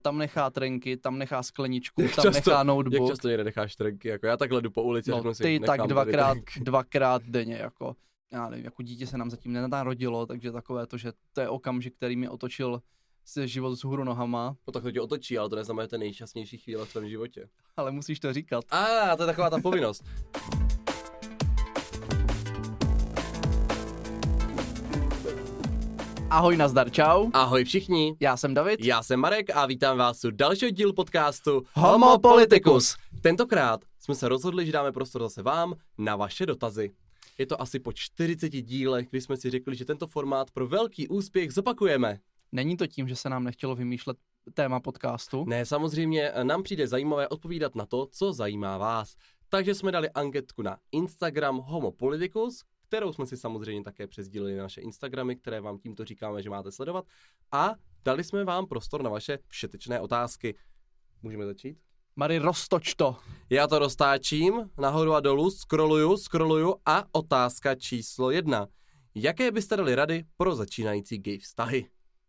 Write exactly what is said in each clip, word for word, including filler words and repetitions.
tam nechá trenky, tam nechá skleničku, jak tam často, nechá notebook. Jak často někde necháš trenky, jako já takhle jdu po ulici, no, si ty nechám tak dvakrát, trenky. dvakrát denně, jako, já nevím, jako dítě se nám zatím nenarodilo, takže takové to, že to je okamžik, který mě otočil se život z hůru nohama. No tak to tě otočí, ale to neznamená, že to je nejšťastnější chvíle v tvém životě. Ale musíš to říkat. A ah, to je taková ta povinnost. Ahoj, nazdar, čau. Ahoj všichni. Já jsem David. Já jsem Marek a vítám vás u dalšího dílu podcastu Homo Politicus. Tentokrát jsme se rozhodli, že dáme prostor zase vám na vaše dotazy. Je to asi po čtyřiceti dílech, kdy jsme si řekli, že tento formát pro velký úspěch zopakujeme. Není to tím, že se nám nechtělo vymýšlet téma podcastu? Ne, samozřejmě nám přijde zajímavé odpovídat na to, co zajímá vás. Takže jsme dali anketku na Instagram Homo Politicus, kterou jsme si samozřejmě také přesdílili na naše Instagramy, které vám tímto říkáme, že máte sledovat. A dali jsme vám prostor na vaše všetečné otázky. Můžeme začít? Mari, roztoč to. Já to roztáčím, nahoru a dolů, scrolluju, scrolluju a otázka číslo jedna. Jaké byste dali rady pro začínající gay vztahy?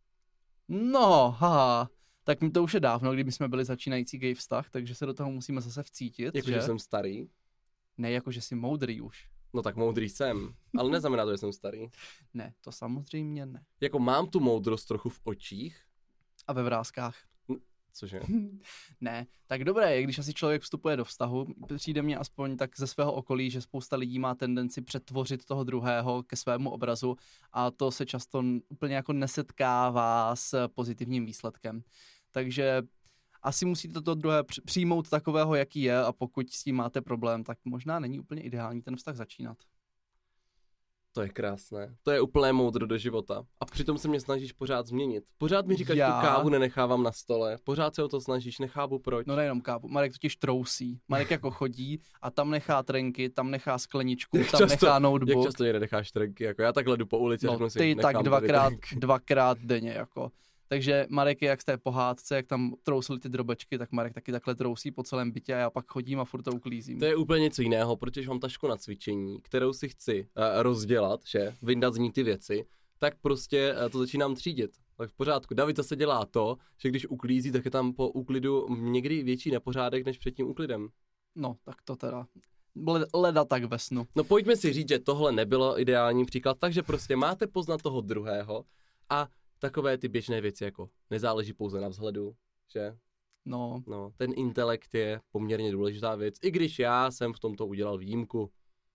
No, haha. Tak mi to už je dávno, kdy jsme byli začínající gay vztah, takže se do toho musíme zase vcítit, Jako, že? že jsem starý? Ne, jako, že jsi moudrý už. No tak moudrý jsem, ale neznamená to, že jsem starý. Ne, to samozřejmě ne. Jako mám tu moudrost trochu v očích. A ve vrázkách. Cože? Ne, tak dobré je, když asi člověk vstupuje do vztahu, přijde mně aspoň tak ze svého okolí, že spousta lidí má tendenci přetvořit toho druhého ke svému obrazu a to se často úplně jako nesetkává s pozitivním výsledkem. Takže asi musíte to druhé přijmout takového, jaký je, a pokud s tím máte problém, tak možná není úplně ideální ten vztah začínat. To je krásné. To je úplné moudro do života. A přitom se mě snažíš pořád změnit. Pořád mi říkáš, Já... že tu kávu nenechávám na stole. Pořád se o to snažíš, nechápu proč. No nejenom kávu, Marek totiž trousí. Marek jako chodí a tam nechá trenky, tam nechá skleničku, jak tam často, nechá notebook. Jak často někde necháš trenky, jako já takhle jdu po ulici no, a řeknu si, ty tak dvakrát, trenky. dvakrát denně, jako. Takže Marek je jak z té pohádce, jak tam trousili ty drobečky, tak Marek taky takhle trousí po celém bytě a já pak chodím a furt to uklízím. To je úplně něco jiného, protože mám tašku na cvičení, kterou si chci uh, rozdělat, že, vyndat z ní ty věci, tak prostě uh, to začínám třídit. Tak v pořádku. David zase dělá to, že když uklízí, tak je tam po úklidu někdy větší nepořádek než před tím úklidem. No, tak to teda leda tak ve snu. No pojďme si říct, že tohle nebylo ideální příklad, takže prostě máte poznat toho druhého a takové ty běžné věci, jako nezáleží pouze na vzhledu, že? No. No, ten intelekt je poměrně důležitá věc, i když já jsem v tomto udělal výjimku.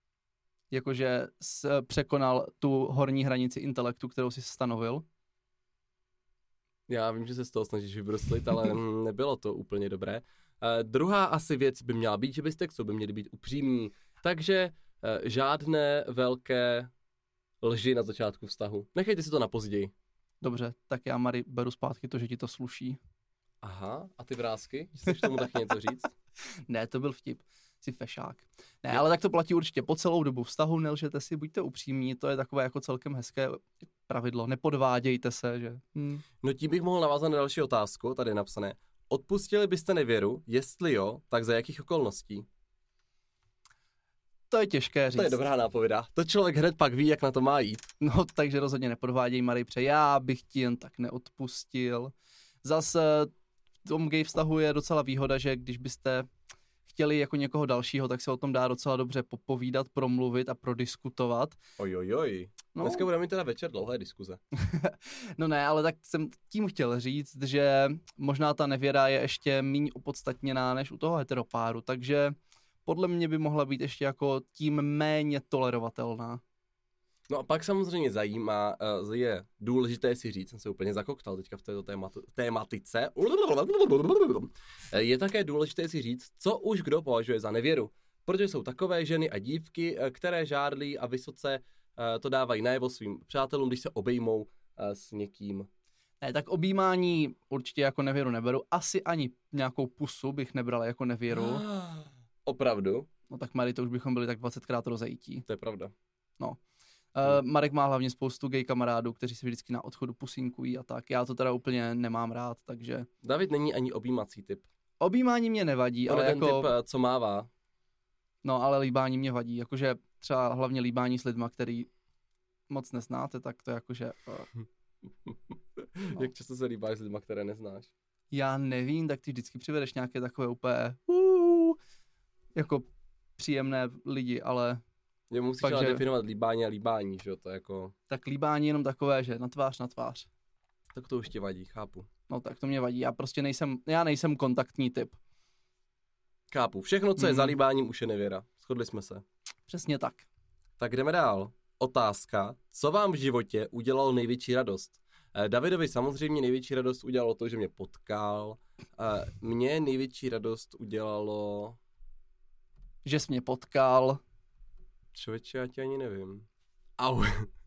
Jakože jsi překonal tu horní hranici intelektu, kterou jsi stanovil? Já vím, že se z toho snažíš vybroslit, ale nebylo to úplně dobré. Uh, druhá asi věc by měla být, že by z textu by měly být upřímní, takže uh, žádné velké lži na začátku vztahu. Nechejte si to na později. Dobře, tak já, Mari, beru zpátky to, že ti to sluší. Aha, a ty vrásky? Chceš tomu taky něco říct? Ne, to byl vtip. Jsi fešák. Ne, ale tak to platí určitě po celou dobu vztahu, nelžete si, buďte upřímní, to je takové jako celkem hezké pravidlo, nepodvádějte se, že? Hm. No tím bych mohl navázat na další otázku, tady je napsané. Odpustili byste nevěru, jestli jo, tak za jakých okolností? To je těžké říct. To je dobrá nápověda. To člověk hned pak ví, jak na to má jít. No, takže rozhodně nepodváděj, Marej, pře. Já bych ti jen tak neodpustil. Zase v tom gay vztahu je docela výhoda, že když byste chtěli jako někoho dalšího, tak se o tom dá docela dobře popovídat, promluvit a prodiskutovat. Ojojoj. No. Dneska budeme mít teda večer dlouhé diskuze. No ne, ale tak jsem tím chtěl říct, že možná ta nevěra je ještě méně opodstatněná než u toho heteropáru, takže podle mě by mohla být ještě jako tím méně tolerovatelná. No a pak samozřejmě zajímá, je důležité si říct, jsem se úplně zakoktal teďka v této tématu, tématice, je také důležité si říct, co už kdo považuje za nevěru. Protože jsou takové ženy a dívky, které žádlí a vysoce to dávají najevo svým přátelům, když se obejmou s někým. Ne, tak objímání určitě jako nevěru neberu, asi ani nějakou pusu bych nebral jako nevěru. Opravdu? No tak Mary, to už bychom byli tak dvacetkrát rozejítí. To je pravda. No. Uh, Marek má hlavně spoustu gay kamarádů, kteří si vždycky na odchodu pusínkují a tak. Já to teda úplně nemám rád, takže... David není ani objímací typ. Objímání mě nevadí, ale, ale ten jako... typ, co mává. No, ale líbání mě vadí. Jakože třeba hlavně líbání s lidma, který moc neznáte, tak to jakože... Uh... No. Jak často se líbáš s lidma, které neznáš? Já nevím, tak ty vždycky přivedeš nějaké takové úplně uh, jako příjemné lidi, ale... Je musíš Fakt, ale že- definovat líbání a líbání, že jo, to je jako... Tak líbání jenom takové, že na tvář na tvář. Tak to už tě vadí, chápu. No tak to mě vadí, já prostě nejsem, já nejsem kontaktní typ. Chápu. Všechno, co je Mhm. za líbáním, už je nevěra. Shodli jsme se. Přesně tak. Tak jdeme dál. Otázka. Co vám v životě udělalo největší radost? Eh, Davidovi samozřejmě největší radost udělalo to, že mě potkal. Eh, Mně největší radost udělalo... Že jsi mě potkal. Člověče, já ti ani nevím. Au.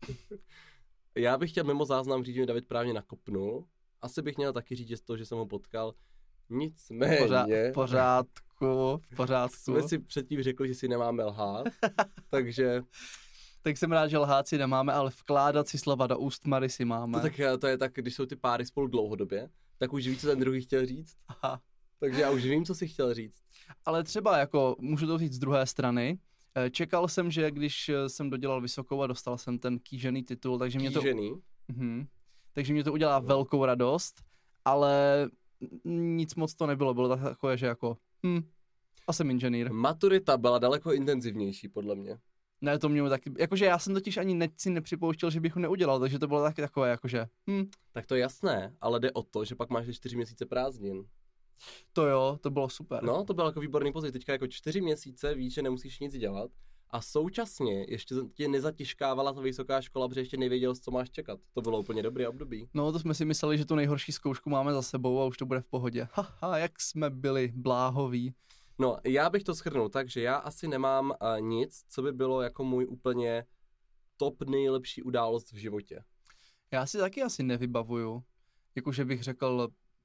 Já bych chtěl mimo záznam říct, že mě David právě nakopnul. Asi bych měl taky říct to, že jsem ho potkal. Nicméně... Pořád, v pořádku, v pořádku. Jsme si předtím řekli, že si nemáme lhát. Takže... Tak jsem rád, že lhát si nemáme, ale vkládat si slova do úst Mary si máme. To, tak, to je tak, když jsou ty páry spolu dlouhodobě, tak už ví, co ten druhý chtěl říct. Aha. Takže já už vím, co si chtěl říct. Ale třeba jako, můžu to říct z druhé strany, eh, čekal jsem, že když eh, jsem dodělal vysokou a dostal jsem ten kýžený titul, takže mě to, Kýžený. mhm, takže mě to udělá velkou radost, ale nic moc to nebylo, bylo tak takové, že jako, hm, a jsem inženýr. Maturita byla daleko intenzivnější, podle mě. Ne, to mě taky, jakože já jsem totiž ani ne, si nepřipouštěl, že bych ho neudělal, takže to bylo taky takové, jakože, hm, Tak to je jasné, ale jde o to, že pak máš čtyři měsíce prázdnin. to jo, to bylo super. No, to byl jako výborný pozitiv. Teďka jako čtyři měsíce víš, že nemusíš nic dělat a současně ještě tě nezatěžkávala ta vysoká škola, protože ještě nevěděl, co máš čekat. To bylo úplně dobrý období. No, to jsme si mysleli, že tu nejhorší zkoušku máme za sebou a už to bude v pohodě. Haha, jak jsme byli bláhoví. No, já bych to shrnul tak, že já asi nemám uh, nic, co by bylo jako můj úplně top nejlepší událost v životě. Já si taky asi nevybavuju. Jakože bych řekl,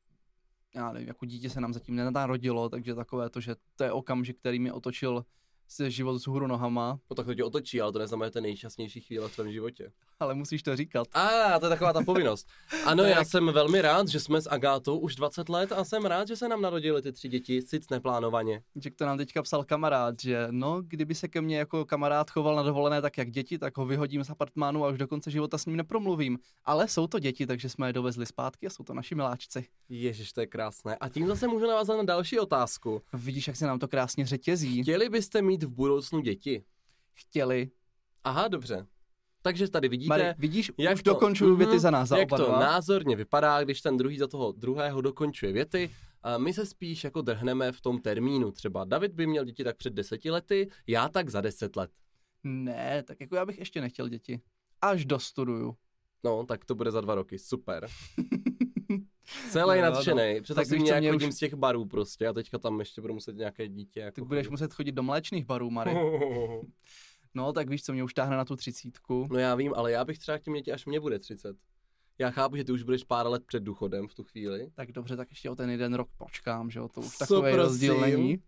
já nevím, jako dítě se nám zatím nenarodilo, takže takové to, že to je okamžik, který mi otočil se život z hůru nohama, No tak to tě otočí, ale to neznamená, že to je nejšťastnější chvíle v tvém životě. ale musíš to říkat. A, ah, to je taková ta povinnost. Ano, To je já jak- jsem velmi rád, že jsme s Agátou už dvacet let a jsem rád, že se nám narodily ty tři děti, sic neplánovaně. Že to nám teďka psal kamarád, že no, kdyby se ke mně jako kamarád choval na dovolené tak jak děti, tak ho vyhodím z apartmánu a už do konce života s ním nepromluvím. Ale jsou to děti, takže jsme je dovezli zpátky a jsou to naši miláčci. Ježiš, to je krásné. A tím zase můžu navázat na další otázku. Vidíš, jak se nám to krásně řetězí. Chtěli byste mít v budoucnu děti? Chtěli. Aha, dobře. Takže tady vidíte, Mary, vidíš, jak už to- dokončuju mhm, věty za nás, za jak oba to dva. názorně vypadá, když ten druhý za toho druhého dokončuje věty. A my se spíš jako drhneme v tom termínu. Třeba David by měl děti tak před deseti lety, já tak za deset let. Ne, tak jako já bych ještě nechtěl děti. Až dostuduju. No, tak to bude za dva roky, super. Celý No, no. nadšenej. Představ Tak si víš, mě co jak mě chodím už- z těch barů prostě a teďka tam ještě budu muset nějaké dítě. Jako Tak budeš chodit. muset chodit do mléčných barů, Mary. No, tak víš co, mě už táhne na tu třicítku. No já vím, ale já bych třeba chtěl mít děti, až mě bude třicet. Já chápu, že ty už budeš pár let před důchodem v tu chvíli. Tak dobře, tak ještě o ten jeden rok počkám, že jo, to už Co, takový prosím? rozdíl není.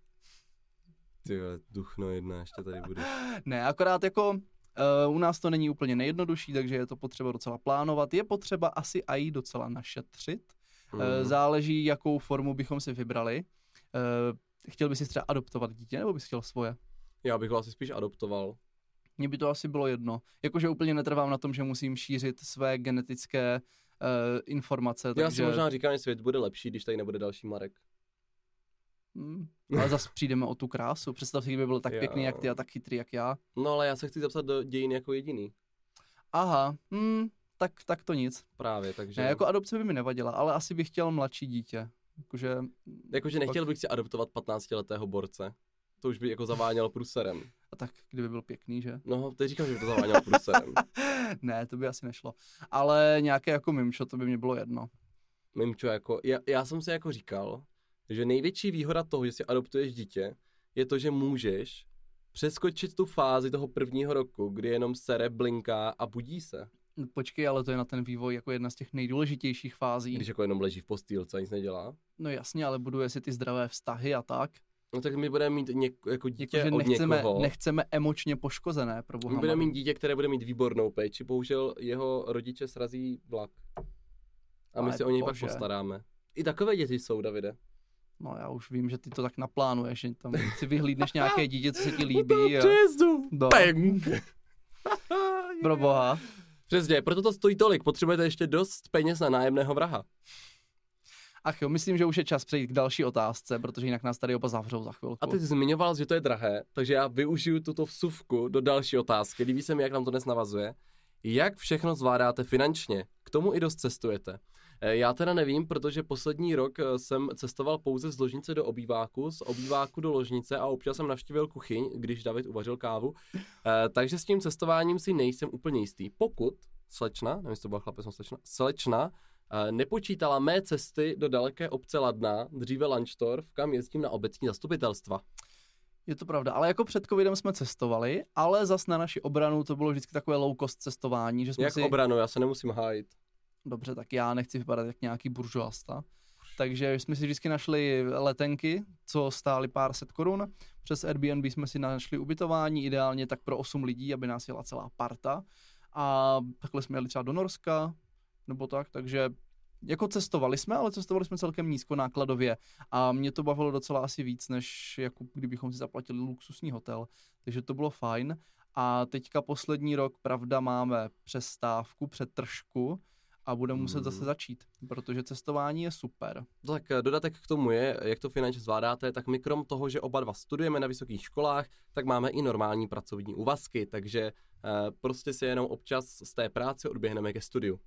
Ty vole, duchno jedna, ještě tady budeš. Ne, akorát jako uh, u nás to není úplně nejjednodušší, takže je to potřeba docela plánovat. Je potřeba asi i docela našetřit. Mm. Uh, záleží, jakou formu bychom si vybrali. Uh, chtěl bys si třeba adoptovat dítě, nebo bys chtěl svoje? Já bych ho asi spíš adoptoval. Mně by to asi bylo jedno. Jakože úplně netrvám na tom, že musím šířit své genetické uh, informace. Já takže... si možná říkám, že svět bude lepší, když tady nebude další Marek. Hmm, ale zase přijdeme o tu krásu. Představ si, kdyby byl tak Jo. pěkný jak ty a tak chytrý jak já. No ale já se chci zapsat do dějin jako jediný. Aha, hmm, tak, tak to nic. Právě, takže... Ne, jako adopce by mi nevadila, ale asi bych chtěl mladší dítě. Jakože... Jakože nechtěl bych si adoptovat patnáctiletého borce. To už by jako zaváněl pruserem. A tak, kdyby byl pěkný, že? No, teď říkám, že by to zaváněl pruserem. Ne, to by asi nešlo. Ale nějaké jako mimčo, to by mě bylo jedno. Mimčo, jako, já, já jsem si jako říkal, že největší výhoda toho, že si adoptuješ dítě, je to, že můžeš přeskočit tu fázi toho prvního roku, kdy jenom sere, blinká a budí se. Počkej, ale to je na ten vývoj jako jedna z těch nejdůležitějších fází. Když jako jenom leží v postýlce a nic nedělá. No jasně, ale buduje si ty zdravé vztahy a tak. No tak my budeme mít něk, jako dítě Jakože od nechceme, někoho. nechceme emočně poškozené, pro boha. My budeme Mary. mít dítě, které bude mít výbornou péči, bohužel jeho rodiče srazí vlak. A my Ale se o něj pak bože. postaráme. I takové děti jsou, Davide. No já už vím, že ty to tak naplánuješ, že tam si vyhlídneš nějaké dítě, co se ti líbí. A... Přejezdu! No. Bang! Pro boha. Přesně, proto to stojí tolik. Potřebujete ještě dost peněz na nájemného vraha. Ach jo, myslím, že už je čas přejít k další otázce, protože jinak nás tady oba zavřou za chvilku. A ty jsi zmiňoval, že to je drahé, takže já využiju tuto vsuvku do další otázky. Líbí se mi, jak nám to dnes navazuje. Jak všechno zvládáte finančně? K tomu i dost cestujete. Já teda nevím, protože poslední rok jsem cestoval pouze z ložnice do obýváku, z obýváku do ložnice a občas jsem navštívil kuchyň, když David uvařil kávu. Takže s tím cestováním si nejsem úplně jistý. Pokud slečna, nevím, jestli to byla chlapec, slečna, slečna nepočítala mé cesty do daleké obce Ladna, dříve Lanštorf, kam jezdím na obecní zastupitelstva. Je to pravda, ale jako před covidem jsme cestovali, ale zas na naši obranu to bylo vždycky takové low cost cestování, že jsme Jak si... obranu, já se nemusím hájit. Dobře, tak já nechci vypadat jak nějaký buržoasta. Takže jsme si vždycky našli letenky, co stály pár set korun. Přes Airbnb jsme si našli ubytování, ideálně tak pro osm lidí, aby nás jela celá parta. A takhle jsme jeli třeba do Norska, nebo tak, takže jako cestovali jsme, ale cestovali jsme celkem nízkonákladově a mě to bavilo docela asi víc, než jako kdybychom si zaplatili luxusní hotel, takže to bylo fajn. A teďka poslední rok, pravda, máme přestávku, přetržku a budeme muset hmm. zase začít, protože cestování je super. Tak dodatek k tomu je, jak to finančně zvládáte, tak my krom toho, že oba dva studujeme na vysokých školách, tak máme i normální pracovní úvazky, takže eh, prostě si jenom občas z té práce odběhneme ke studiu.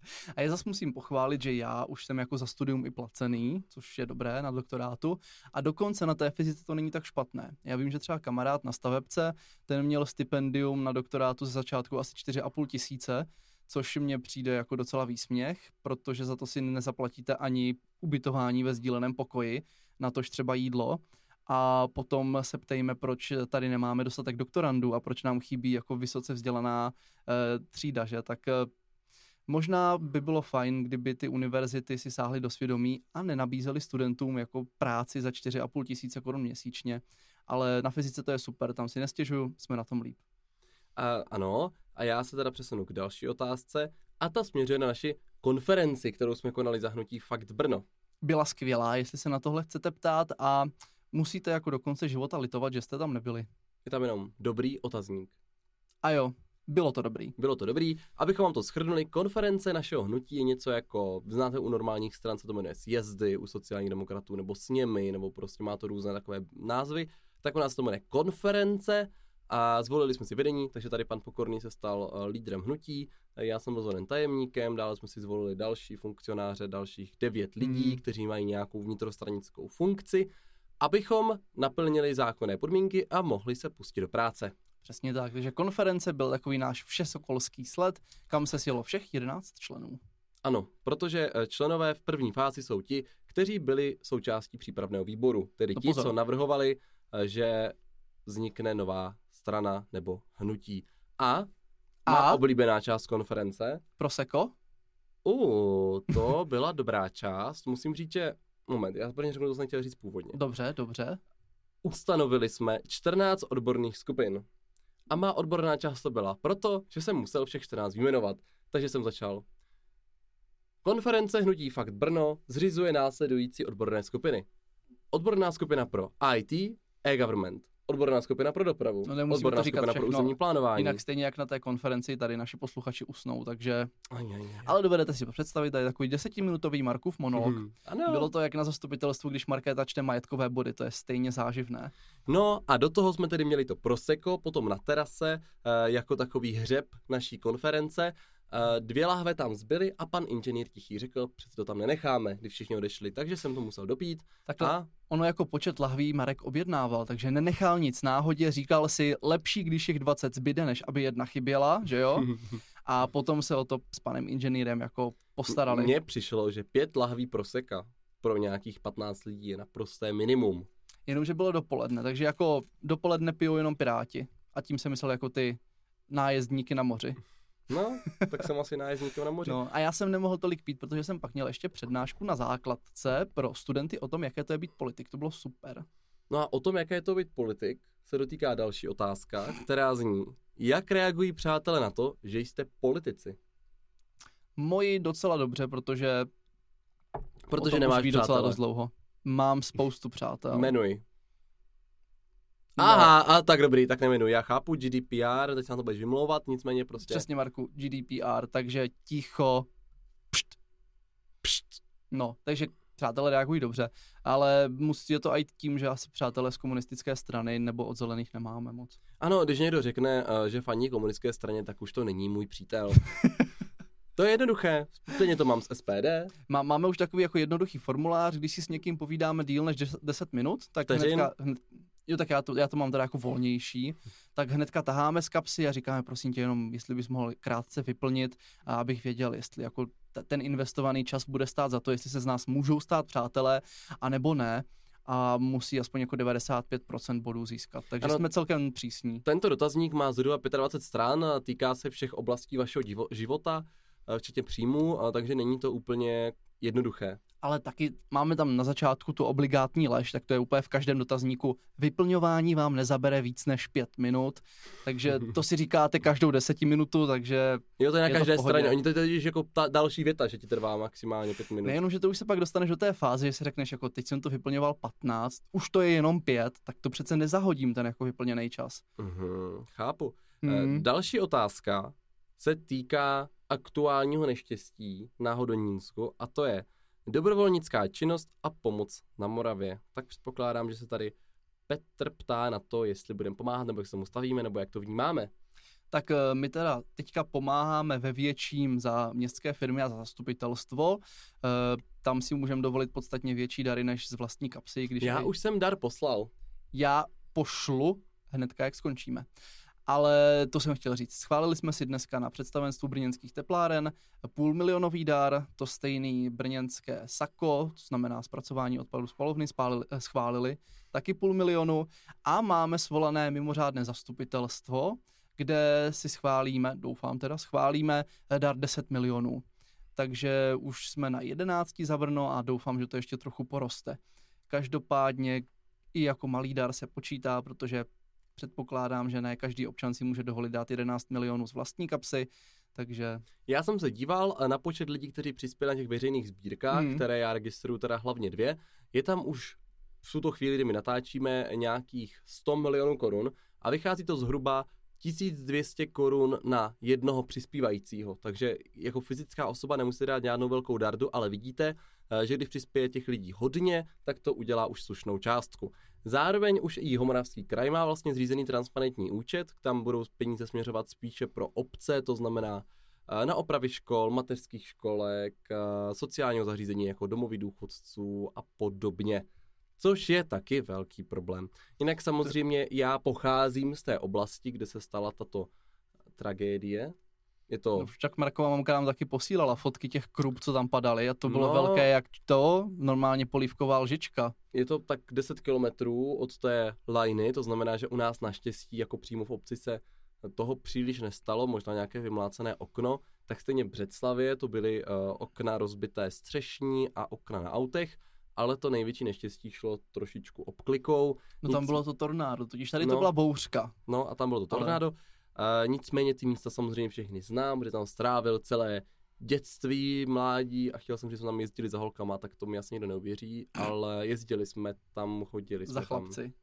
A já zase musím pochválit, že já už jsem jako za studium i placený, což je dobré na doktorátu a dokonce na té fyzice to není tak špatné. Já vím, že třeba kamarád na stavebce, ten měl stipendium na doktorátu ze začátku asi čtyři a půl tisíce, což mně přijde jako docela výsměch, protože za to si nezaplatíte ani ubytování ve sdíleném pokoji, natož třeba jídlo. A potom se ptejme, proč tady nemáme dostatek doktorandů a proč nám chybí jako vysoce vzdělaná e, třída, že? Tak e, možná by bylo fajn, kdyby ty univerzity si sáhly do svědomí a nenabízely studentům jako práci za čtyři a půl tisíce korun měsíčně. Ale na fyzice to je super, tam si nestěžuju, jsme na tom líp. A, ano, a já se teda přesunu k další otázce a ta směřuje na naši konferenci, kterou jsme konali za hnutí Fakt Brno. Byla skvělá, jestli se na tohle chcete ptát a musíte jako do konce života litovat, že jste tam nebyli. Je tam jenom dobrý otazník. A jo, bylo to dobrý. Bylo to dobrý. Abychom vám to shrnuli, konference našeho hnutí je něco jako, znáte u normálních stran se to jmenuje sjezdy, u sociálních demokratů nebo sněmy, nebo prostě má to různé takové názvy, tak u nás to jmenuje konference. A zvolili jsme si vedení, takže tady pan Pokorný se stal uh, lídrem hnutí, já jsem byl zvolen tajemníkem, dále jsme si zvolili další funkcionáře, dalších devět lidí, mm. kteří mají nějakou vnitrostranickou funkci, abychom naplnili zákonné podmínky a mohli se pustit do práce. Přesně tak, takže konference byl takový náš všesokolský sled, kam se sjelo všech jedenáct členů. Ano, protože členové v první fázi jsou ti, kteří byli součástí přípravného výboru, tedy to ti, pozor. co navrhovali, že vznikne nová strana nebo hnutí. A, A? má oblíbená část konference. Prosecco? Uh, to byla dobrá část. Musím říct, že... Moment, já prvně řeknu, to jsem chtěl říct původně. Dobře, dobře. Ustanovili jsme čtrnáct odborných skupin. A má odborná část to byla proto, že jsem musel všech čtrnáct vyjmenovat. Takže jsem začal. Konference Hnutí Fakt Brno zřizuje následující odborné skupiny. Odborná skupina pro í té, e-government. Odborná skupina pro dopravu, no, odborná skupina všechno, pro územní plánování. Jinak stejně jak na té konferenci tady naši posluchači usnou, takže... Aj, aj, aj. Ale dovedete si představit, tady takový desetiminutový Markův monolog. Hmm. Ano. Bylo to jak na zastupitelstvu, když Markéta čte majetkové body, to je stejně záživné. No a do toho jsme tedy měli to prosecco, potom na terase, jako takový hřeb naší konference. Dvě lahve tam zbyly a pan inženýr Tichý řekl, přece to tam nenecháme, když všichni odešli, takže jsem to musel dopít. Takhle a... ono jako počet lahví Marek objednával, takže nenechal nic náhodě, říkal si lepší, když jich dvacet zbyde, než aby jedna chyběla, že jo? A potom se o to s panem inženýrem jako postarali. Mně přišlo, že pět lahví prosecca pro nějakých patnáct lidí je naprosté minimum. Jenomže bylo dopoledne, takže jako dopoledne pijou jenom Piráti. A tím jsem myslel jako ty nájezdníky na moři. No, tak jsem asi nájezdníkem na moři. No, a já jsem nemohl tolik pít, protože jsem pak měl ještě přednášku na základce pro studenty o tom, jaké to je být politik. To bylo super. No a o tom, jaké je to být politik, se dotýká další otázka, která zní, jak reagují přátelé na to, že jste politici? Moji docela dobře, protože Protože nemáš ví přátelé. docela dost dlouho. Mám spoustu přátel. Jmenuj. No. Aha, a tak dobrý, tak nejmenuji. Já chápu G D P R, teď se na to budeš vymlouvat, nicméně prostě... Přesně, Marku, G D P R, takže ticho, pšt, pšt. No, takže přátelé reagují dobře, ale musí je to i tím, že asi přátelé z komunistické strany nebo od zelených nemáme moc. Ano, když někdo řekne, že fandí komunistické straně, tak už to není můj přítel. To je jednoduché, stejně to mám z S P D. Má, máme už takový jako jednoduchý formulář, když si s někým povídáme díl než deset minut, tak hnedka, hned, jo, tak já to, já to mám teda jako volnější, tak hnedka taháme z kapsy a říkáme, prosím tě, jenom jestli bys mohl krátce vyplnit, a abych věděl, jestli jako t- ten investovaný čas bude stát za to, jestli se z nás můžou stát přátelé, anebo ne. A musí aspoň jako devadesát pět procent bodů získat. Takže ano, jsme celkem přísní. Tento dotazník má zhruba dvacet pět stran a týká se všech oblastí vašeho divo- života, včetně příjmů, takže není to úplně jednoduché. Ale taky máme tam na začátku tu obligátní lež, tak to je úplně v každém dotazníku. Vyplňování vám nezabere víc než pět minut, takže to si říkáte každou desetiminutu, takže jo, to je na je každé straně. Oni to je jako ta další věta, že ti trvá maximálně pět minut. Nejenom, že to už se pak dostaneš do té fáze, že si řekneš, jako teď jsem to vyplňoval patnáct, už to je jenom pět, tak to přece nezahodím ten jako vyplněný čas. Mhm, chápu. Hmm. E, další otázka se týká aktuálního neštěstí na Hodonínsku a to je dobrovolnická činnost a pomoc na Moravě. Tak předpokládám, že se tady Petr ptá na to, jestli budeme pomáhat, nebo jak se mu stavíme, nebo jak to vnímáme. Tak my teda teďka pomáháme ve větším za městské firmy a za zastupitelstvo. Tam si můžeme dovolit podstatně větší dary než z vlastní kapsy. Když Já je... už jsem dar poslal. Já pošlu hnedka, jak skončíme. Ale to jsem chtěl říct. Schválili jsme si dneska na představenstvu brněnských tepláren půlmilionový dar, to stejný brněnské Sako, to znamená zpracování odpadů z spalovny, spálili, schválili taky půl milionu a máme svolané mimořádné zastupitelstvo, kde si schválíme, doufám teda, schválíme dar deset milionů. Takže už jsme na jedenácti za Brno a doufám, že to ještě trochu poroste. Každopádně i jako malý dar se počítá, protože předpokládám, že ne každý občan si může dovolit dát jedenáct milionů z vlastní kapsy, takže... Já jsem se díval na počet lidí, kteří přispěli na těch veřejných sbírkách, hmm. které já registruju teda hlavně dvě. Je tam už v tuto chvíli, kdy my natáčíme, nějakých sto milionů korun a vychází to zhruba tisíc dvě stě korun na jednoho přispívajícího. Takže jako fyzická osoba nemusíte dát žádnou velkou dardu, ale vidíte, že když přispěje těch lidí hodně, tak to udělá už slušnou částku. Zároveň už i Jihomoravský kraj má vlastně zřízený transparentní účet, tam budou peníze směřovat spíše pro obce, to znamená na opravy škol, mateřských školek, sociálního zařízení jako domovy důchodců a podobně. Což je taky velký problém. Jinak samozřejmě já pocházím z té oblasti, kde se stala tato tragédie. Je to... No, však Marková mamka nám taky posílala fotky těch krup, co tam padaly a to bylo no, velké jak to, normálně polívková lžička. Je to tak deset kilometrů od té lajny, to znamená, že u nás naštěstí jako přímo v obci se toho příliš nestalo, možná nějaké vymlácené okno, tak stejně v Břeclavě to byly uh, okna rozbité střešní a okna na autech, ale to největší neštěstí šlo trošičku obklikou. No tam Nic... bylo to tornádo, totiž tady no, to byla bouřka. No a tam bylo to tornádo. Ale... Uh, nicméně ty místa samozřejmě všechny znám, protože tam strávil celé dětství, mládí a chtěl jsem, že jsme tam jezdili za holkama, tak to mi asi nikdo neuvěří, ale jezdili jsme tam, chodili jsme za chlapci. Tam.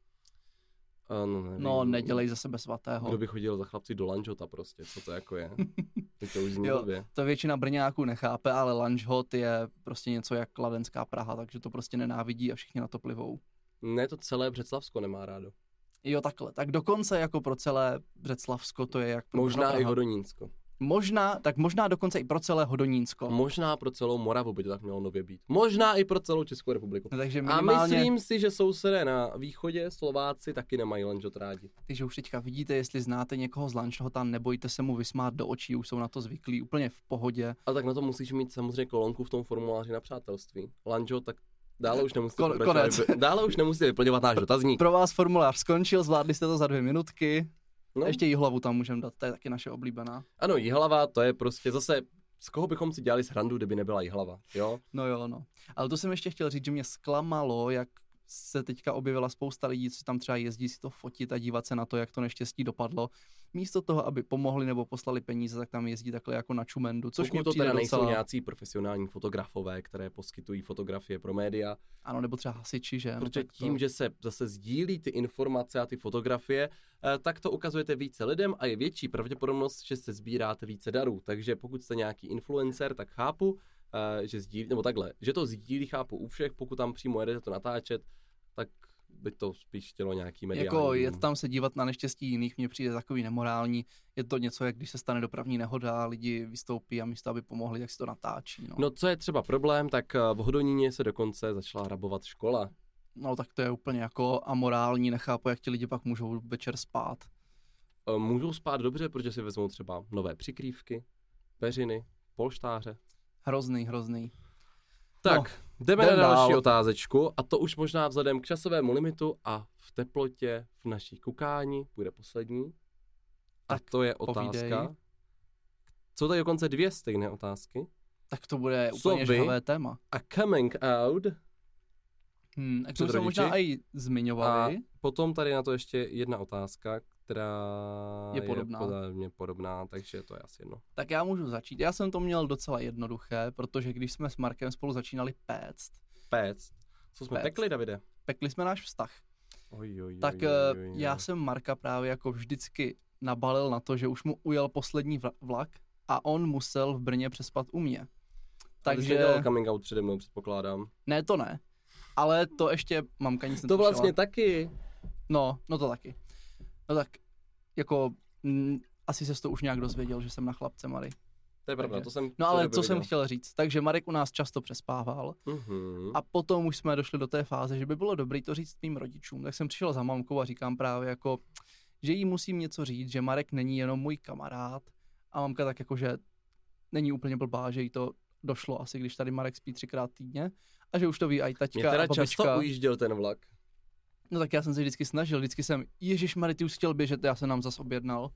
Uh, no, nevím. no nedělej za sebe svatého. Kdo by chodil za chlapci do Lanžhota prostě, co to jako je? to už zní jo, době. To většina Brňáků nechápe, ale Lanžhot je prostě něco jak kladenská Praha, takže to prostě nenávidí a všichni na to plivou. Ne, to celé Břeclavsko nemá rádo. Jo, takhle. Tak dokonce jako pro celé Břeclavsko to je jak pro Možná i Hodonínsko. Možná, tak možná dokonce i pro celé Hodonínsko. Možná pro celou Moravu by to tak mělo nově být. Možná i pro celou Českou republiku. No, takže minimálně... A myslím si, že sousedé na východě, Slováci, taky nemají Lanžhot rádi. Takže už teďka vidíte, jestli znáte někoho z Lanžhota, nebojte se mu vysmát do očí, už jsou na to zvyklí, úplně v pohodě. A tak na to musíš mít samozřejmě kolonku v tom formuláři na přátelství. Lanžhot, tak dále už nemusíte, Kon, konec. dále už nemusíte vyplňovat náš dotazník. Pro vás formulář skončil, zvládli jste to za dvě minutky. No. Ještě Jihlavu tam můžeme dát, to je taky naše oblíbená. Ano, Jihlava, to je prostě zase, z koho bychom si dělali srandu, kdyby nebyla Jihlava, jo? No jo, no. Ale to jsem ještě chtěl říct, že mě zklamalo, jak se teďka objevila spousta lidí, co tam třeba jezdí si to fotit a dívat se na to, jak to neštěstí dopadlo. Místo toho, aby pomohli nebo poslali peníze, tak tam jezdí takhle jako na čumendu, což Pokud mi to přijde teda docela... nejsou nějací profesionální fotografové, které poskytují fotografie pro média. Ano, nebo třeba hasiči, že? Protože no, tím, to... že se zase sdílí ty informace a ty fotografie, tak to ukazujete více lidem a je větší pravděpodobnost, že se sbíráte více darů. Takže pokud jste nějaký influencer, tak chápu, uh, že sdílí, nebo takhle, že to sdílí, chápu u všech, pokud tam přímo jedete to natáčet, tak by to spíš chtělo nějaký mediální. Jako jet tam se dívat na neštěstí jiných mně přijde takový nemorální. Je to něco, jak když se stane dopravní nehoda, lidi vystoupí a místo, aby pomohli, tak si to natáčí. No, no co je třeba problém, tak v Hodoníně se dokonce začala rabovat škola. No tak to je úplně jako amorální, nechápu, jak ti lidi pak můžou večer spát. Můžou spát dobře, protože si vezmou třeba nové přikrývky, peřiny, polštáře. Hrozný, hrozný. Tak, no, jdeme na další dál. otázečku a to už možná vzhledem k časovému limitu a v teplotě v naší kukání bude poslední. Tak a to je otázka. povídej. Jsou tady dokonce dvě stejné otázky. Tak to bude Co úplně vy? žhavé téma. A coming out. Hmm, jak Před jsme se rodiči? možná i zmiňovali. A potom tady na to ještě jedna otázka, která Je podobná. je podle mě podobná, takže to je asi jedno. Tak já můžu začít. Já jsem to měl docela jednoduché, protože když jsme s Markem spolu začínali péct, Péct. Co jsme Péct. pekli, Davide? pekli jsme náš vztah. Oj, oj, Tak oj, oj, oj, oj. já jsem Marka právě jako vždycky nabalil na to, že už mu ujel poslední vla- vlak a on musel v Brně přespat u mě. Takže... Takže, coming out přede mnou, předpokládám. ne to ne, ale to ještě mamka nic To netušila. vlastně taky. No, no to taky. No tak, jako, m, asi ses to už nějak dozvěděl, že jsem na chlapce, Mary. To je pravda, Takže- to jsem... No ale to co jsem viděl. chtěl říct, takže Marek u nás často přespával Mhm. a potom už jsme došli do té fáze, že by bylo dobré to říct mým rodičům, tak jsem přišel za mamkou a říkám právě jako, že jí musím něco říct, že Marek není jenom můj kamarád a mamka tak jako, že není úplně blbá, že jí to došlo asi, když tady Marek spí třikrát týdně a že už to ví i Mě taťka teda a babička. často ujížděl ten vlak. No tak já jsem se vždycky snažil, vždycky jsem, ježišmarja, ty už chtěl běžet, já jsem nám zas objednal.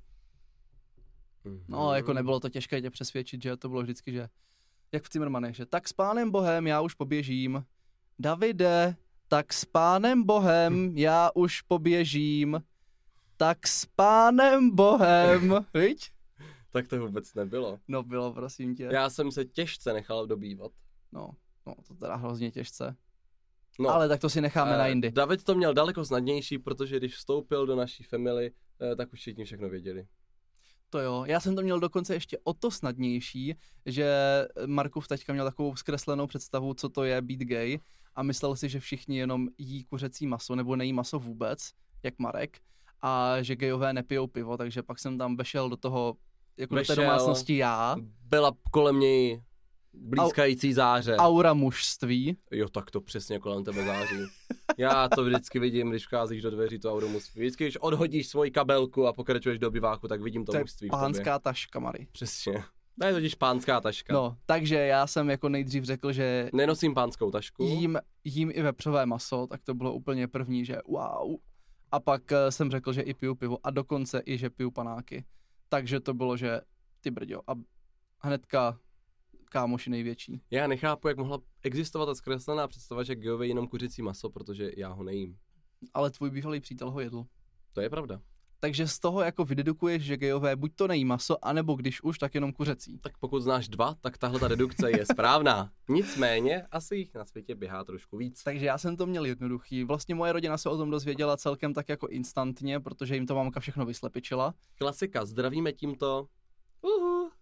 Mhm. No, jako nebylo to těžké tě přesvědčit, že to bylo vždycky, že jak v Cimrmanech, že tak s pánem Bohem já už poběžím. Davide, tak s pánem Bohem já už poběžím. Tak s pánem Bohem. Viď? Tak to vůbec nebylo. No bylo, prosím tě. Já jsem se těžce nechal dobývat. No, no, to teda hrozně těžce. No, Ale tak to si necháme eh, na jindy. David to měl daleko snadnější, protože když vstoupil do naší family, eh, tak už všichni všechno věděli. To jo, já jsem to měl dokonce ještě o to snadnější, že Markův taťka měl takovou zkreslenou představu, co to je být gay a myslel si, že všichni jenom jí kuřecí maso nebo nejí maso vůbec, jak Marek, a že gayové nepijou pivo, takže pak jsem tam vešel do toho, jako Vešel. do té domácnosti já, Byla kolem něj blízkající záře. aura mužství. Jo, tak to přesně kolem tebe září. Já to vždycky vidím, když vcházíš do dveří, to auromužství. Vždycky, když odhodíš svoji kabelku a pokračuješ do obyváku, tak vidím to, To je mužství v tobě. pánská taška, Mary. Přesně. To je totiž pánská taška. No, takže já jsem jako nejdřív řekl, že Nenosím pánskou tašku. jím, jím i vepřové maso, tak to bylo úplně první, že wow. A pak eh, jsem řekl, že i piju pivo a dokonce i, že piju panáky. Takže to bylo, že ty brďo. A hnedka kámoši největší. Já nechápu, jak mohla existovat ta zkreslená představa, že geové jenom kuřecí maso, protože já ho nejím. Ale tvůj bývalý přítel ho jedl. To je pravda. Takže z toho jako vydedukuješ, že gejové buď to nejí maso, anebo když už, tak jenom kuřecí. Tak pokud znáš dva, tak tahle ta redukce je správná. Nicméně, asi jich na světě běhá trošku víc. Takže já jsem to měl jednoduchý. Vlastně moje rodina se o tom dozvěděla celkem tak jako instantně, protože jim to mamka všechno vyslepičila. Klasika, zdravíme tímto. Uhu.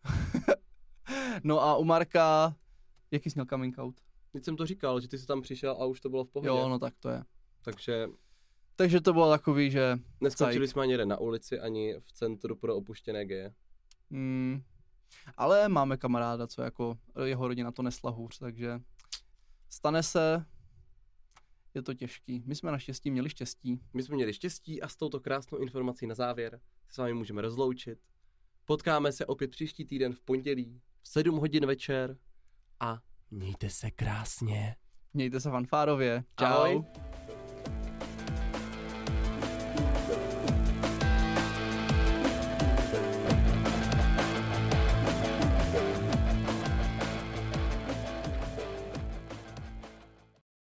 No a u Marka, jaký jsi měl coming out? Teď jsem to říkal, že ty jsi tam přišel a už to bylo v pohodě. Jo, no tak to je. Takže Takže to bylo takový, že... neskončili jsme ani jeden na ulici, ani v centru pro opuštěné geje. Hmm, ale máme kamaráda, co jako jeho rodina to nesla hůř, takže stane se, je to těžký. My jsme naštěstí měli štěstí. My jsme měli štěstí a s touto krásnou informací na závěr se s vámi můžeme rozloučit. Potkáme se opět příští týden v pondělí v sedm hodin večer a mějte se krásně. Mějte se fanfárově. Čau. Ahoj.